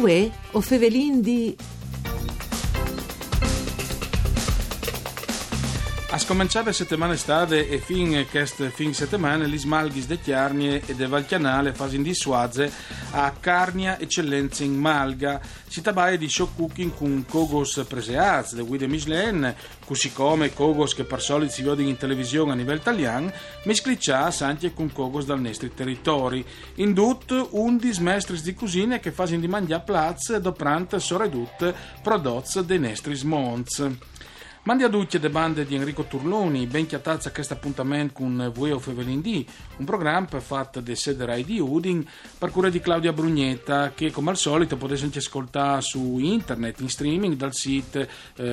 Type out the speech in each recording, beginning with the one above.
Uè, o fevelin di... A scominciare le settimane stade e fin settimane gli smalghis de Chiarnie e de Valchianale fasin di Suaze a Carnia eccellenza in Malga. Si tabaia di show cooking con cogos preseaz de guide Michelin, così come cogos che per solito si vedono in televisione a livello italiano, miscliccias anche con cogos dal nostri territori. In tut 11 mestri di cucina che fasin di mangiare plaz doprant soredut prodotti dei nostri smonz. Mandi a tutti le bande di Enrico Turloni, ben chiatazza a questo appuntamento con Vueo Fevelindì, un programma fatto da sede Rai di Udin per cura di Claudia Brugnetta, che come al solito potete anche ascoltare su internet in streaming dal sito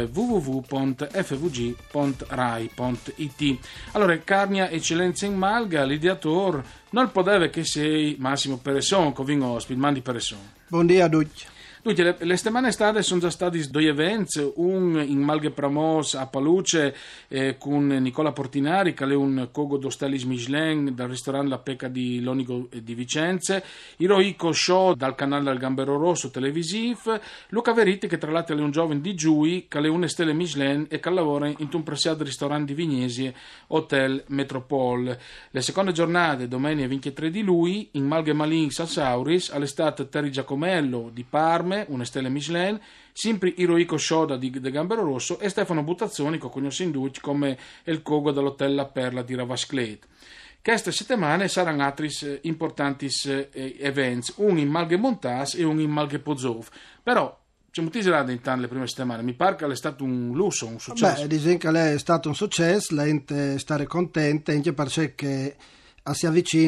www.fvg.rai.it. Allora, Carnia eccellenza in Malga, l'ideatore non poteva che sei Massimo Peresson, che vinco ospite, mandi Peresson. Buongiorno a tutti. Dunque, le settimane state sono già stati due eventi, un in Malghe Pramos a Paluce con Nicola Portinari, che è un cogo d'ostellis Michelin dal ristorante La Pecca di Lonigo di Vicenza, Iroico Show dal canale del Gambero Rosso televisivo, Luca Veritti che tra l'altro è un giovane di Giui, che è una stella Michelin e che lavora in un preziato ristorante di Vignesie, Hotel Metropole. Le seconde giornate, domenica 23 di lui, in Malghe Malins a Sauris, all'estate Terry Giacomello di Parme, una stella Michelin, sempre Iroico Shoda di Gambero Rosso e Stefano Buttazzoni che conosce in Duc come il cogo dell'Hotel La Perla di Ravasclet. Queste settimane saranno altri importanti eventi, un in Malghe Montas e un in Malghe Pozov. Però c'è moltissimo intanto le prime settimane, mi pare che è stato un lusso, un successo. Dicono che è stato un successo, la gente stare contenta anche perché si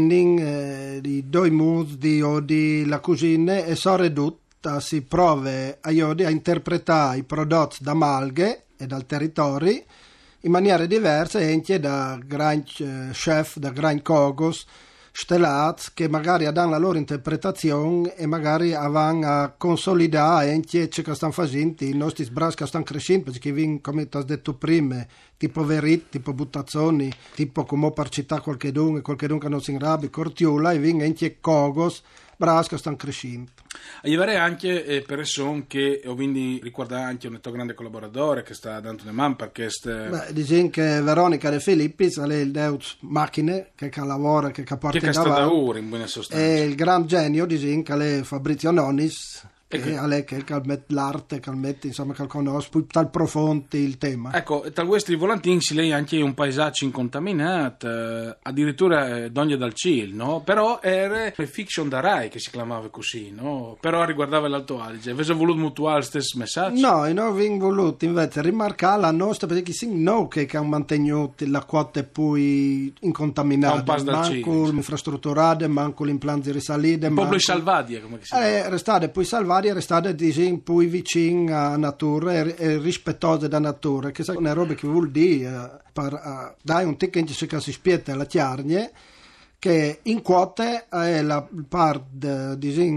avvicini di due modi di la cucina e sono ridotti si prova a interpretare i prodotti da Malghe e dal territorio in maniere diverse anche da grandi chef, da grandi cogos stellati che magari danno la loro interpretazione e magari vanno a consolidare anche ciò che stanno facendo i nostri sbraschi che stanno crescendo, perché vengono, come ti ho detto prima, tipo Veritti, tipo Buttazzoni, tipo come per città qualche dunque che non si inrabbi, Cortiola, e vengono anche cogos braschi che stanno crescendo. Io avrei anche Peresson che ho quindi riguarda anche un tuo grande collaboratore che sta dando una mano perché dicono che Veronica De Filippis è il deus macchine che lavora, che porta in avanti, da ora in buona sostanza, e il gran genio dicono che è Fabrizio Nonis che mette l'arte, che mette, insomma, che conosce poi tal profondo il tema. Ecco, tra questi volantini si lei anche un paesaggio incontaminato, addirittura d'ogni dal Cil, no? Però era fiction da Rai che si chiamava così, no? Però riguardava l'Alto Adige. Avete voluto mutuare lo stesso messaggio? No, io non avevo voluto invece rimarcare la nostra, perché sì, no, che hanno mantenuto la quota poi incontaminata, manco l'infrastrutturale, manco l'impianto risalite, il popolo salvadia, come si chiama? Restate poi salvati, restate poi vicini a natura e rispettose da natura, che è una roba che vuol dire dare un tic che si spietta alla Chiarnie, che in quote è la parte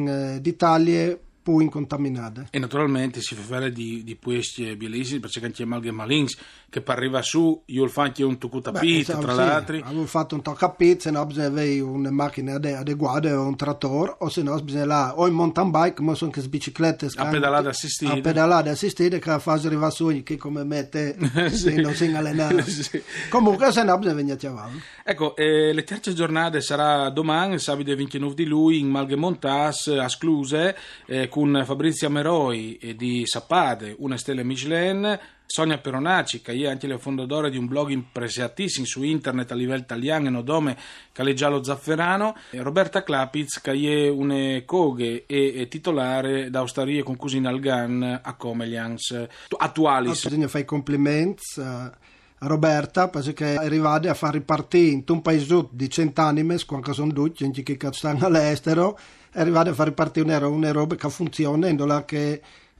d'Italia più incontaminata. E naturalmente si fa fare di questi bielisi perché anche Malghe Malins che arriva su io fa anche un tucutapit tra l'altro avevo fatto un toccapit, se no bisogna avere una macchina adeguata o un trattore, o se no bisogna o in mountain bike, ma sono anche biciclette a pedalate assistite che fa arrivare su che come mette sì. Non si allenare sì. Comunque se no bisogna venire avanti. Ecco, le terze giornate sarà domani, sabato 29 di lui in Malghe Montas a Scluse con Fabrizio Meroi di Sapade, una stella Michelin, Sonia Peronacci, che è anche la fondatore di un blog impreziatissimo su internet a livello italiano, in nome Caleggialo Zafferano, Roberta Clapiz, che è una coghe e titolare da Osterie con Cucina Algan a Comelians attualis. Bisogna fare i complimenti a Roberta perché è arrivata a far ripartire in un paese di 100 anime, quando sono tutti, che stanno all'estero, è arrivata a far ripartire una roba che funziona, che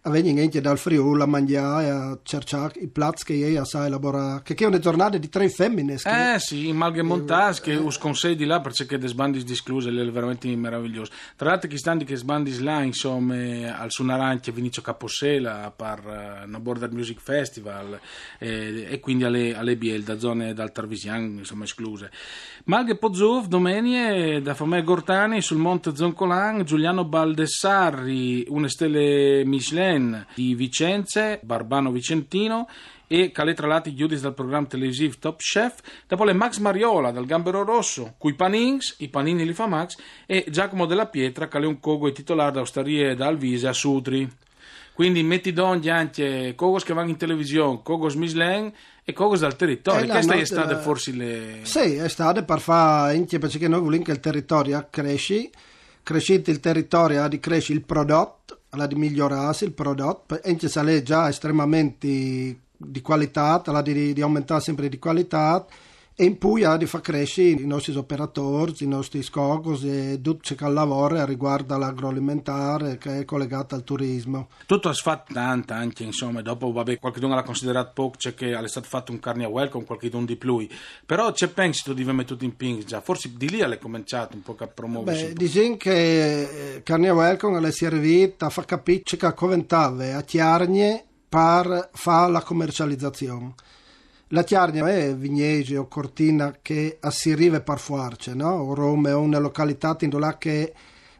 vengono anche dal Friuli a mangiare, a cercare i piatti che io sa elaborare, che è una giornata di 3 femmine. Sì, in Malghe Montas, che us consigli là perché le sbandis discluse, è veramente meraviglioso. Tra l'altro che stanno che sbandis là, insomma, al Sunaranche Vinicio Capossela per una Border Music Festival e quindi alle Biel da zone dal Tarvisian, insomma, escluse. Malghe Pozzov, domenica, da Famè Gortani sul Monte Zoncolan, Giuliano Baldessarri, una stelle Michelin di Vicenze, Barbano Vicentino, e Calè Tralati Giudice dal programma televisivo Top Chef, dopo le Max Mariola dal Gambero Rosso, cui Panins, i panini li fa Max, e Giacomo della Pietra, che è un cogo e titolare da Osterie da Alvise a Sutri. Quindi metti donne anche cogos che vanno in televisione, cogos Michelin e cogos dal territorio. Questa è stata forse le... Sì, è stata per fare, perché noi vogliamo che il territorio cresci, crescente il territorio ha di crescere il prodotto, ha di migliorarsi il prodotto, anche se è già estremamente di qualità, ha di aumentare sempre di qualità, e in più ha di far crescere i nostri operatori, i nostri scogos e tutto ciò che lavora riguardo all'agroalimentare che è collegato al turismo. Tutto ha fatto tanta anche, insomma, dopo qualcuno l'ha considerato poco, c'è che è stato fatto un carne a welcome, qualcuno di più, però c'è pensi tu di mettere tutto in ping già, forse di lì è cominciato un po' a promuovere. Diciamo che carne a welcome è servita a far capire che coventava a Chiarnie per fare la commercializzazione. La Chiarnia è Vignese o Cortina che si arriva per forza, no? O Roma è una località in là che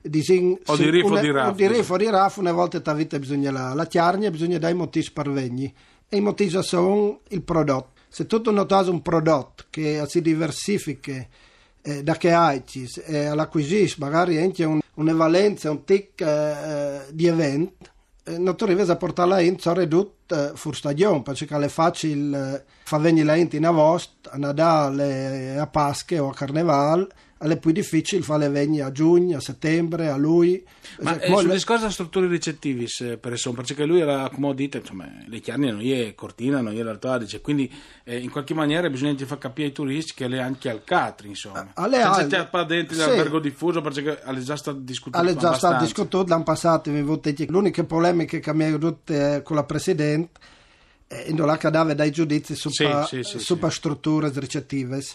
o di Rifo di Raf una volta ta vita bisogna là. La Chiarnia bisogna dare i motivi per venire e i motivi sono il prodotto. Se tu notas un prodotto che si diversifica da che hai e all'acquisisci magari anche una valenza, un tic di evento, non tu arrivi a portarla in ridotto fuori stagione, perché è facile far venire la in agosto, a Natale, a Pasche o a Carnevale, è più difficile farle venire a giugno, a settembre, a luglio. Ma sul discorso delle strutture ricettive, per esempio, perché lui era, come dite, insomma, le Chiarnie non è Cortina, non è l'Altoadice, quindi in qualche maniera bisogna far capire ai turisti che è anche al Catri, insomma. Senza te qua dentro dell'albergo diffuso, perché è già stato discusso abbastanza. È già stato discusso l'anno passato, l'unica polemica che mi ha avuto con la Presidente in là che dava dai giudizi su strutture ricettive.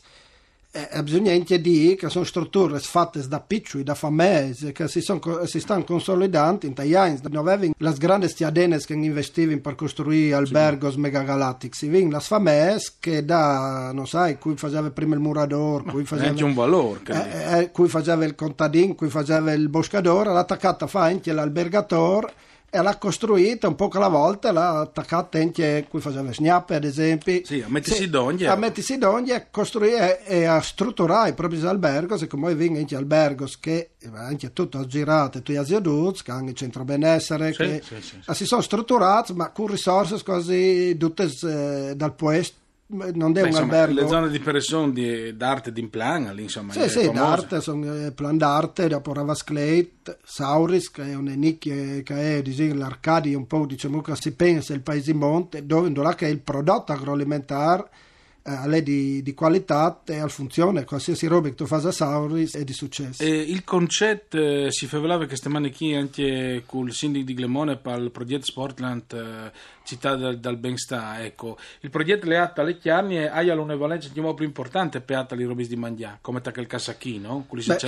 Bisogna anche dire che sono strutture fatte da piccoli, da famose, che si stanno consolidando in Tajans. Non avevano le grandi stiadene che investivano per costruire albergos megagalattici, avevano le famose che non sai, cui faceva prima il murador, cui faceva anche un valore, cui faceva il contadino, cui faceva il boscador, l'ha attaccata fa anche l'albergatore. E l'ha costruita un po' alla volta, l'ha attaccata anche qui faceva snappe ad esempio. Sì, a mettersi d'ogna. A mettersi d'ogna, a costruire e a strutturare i propri albergos, e come vengono anche albergos che anche tutto girato, tutti gli adulti, che hanno il centro benessere, che si sono strutturati ma con risorse così tutte dal puesto. Non è un albergo. Le zone di persone d'arte di plan, insomma. Sì, d'arte, sono plan d'arte, dopo Ravascleit, Sauris, che è un'nicchia che è l'Arcadia, un po' diciamo che si pensa il paese in monte, dove là che il prodotto agroalimentare è di qualità e al funzione, qualsiasi roba che tu fai a Sauris è di successo. Il concetto si favelava che stamane qui anche con il sindaco di Glemone per il progetto Sportland città dal benestare, ecco. Il progetto le ha alle Chiarnie ha una valenza di più importante per le robe di mangiare, come il Casacchi, no?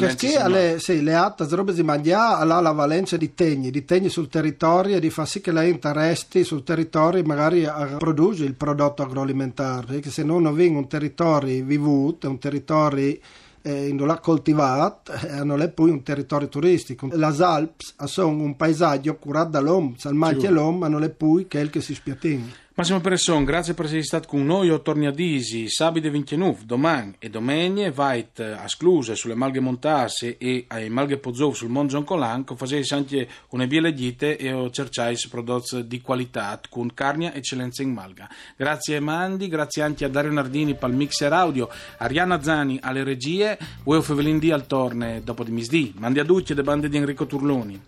Sì, le ha robe di mangiare ha la valenza di tegni sul territorio e di far sì che lei resti sul territorio magari a produrre il prodotto agroalimentare, perché se non avviene un territorio vivuto, un territorio in coltivato, non è poi un territorio turistico. Le Alpi sono un paesaggio curato dall'uomo, salmanti l'uomo, ma non è poi quel che si spiattina. Massimo Peresson, grazie per essere stato con noi. Io torno a Disi, sabato 29, domani e domenica, vai a Scluse sulle Malghe Montasse e ai Malghe Pozzov sul Monte Zoncolan, che facesse anche una biele gite e cercais prodotti di qualità con carne eccellenza in Malga. Grazie a Mandi, grazie anche a Dario Nardini per il mixer audio, Arianna Zani alle regie, Ueo Fevelin al torne dopo di misdì, mandi a Ducci e de bande di Enrico Turloni.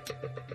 Ciao.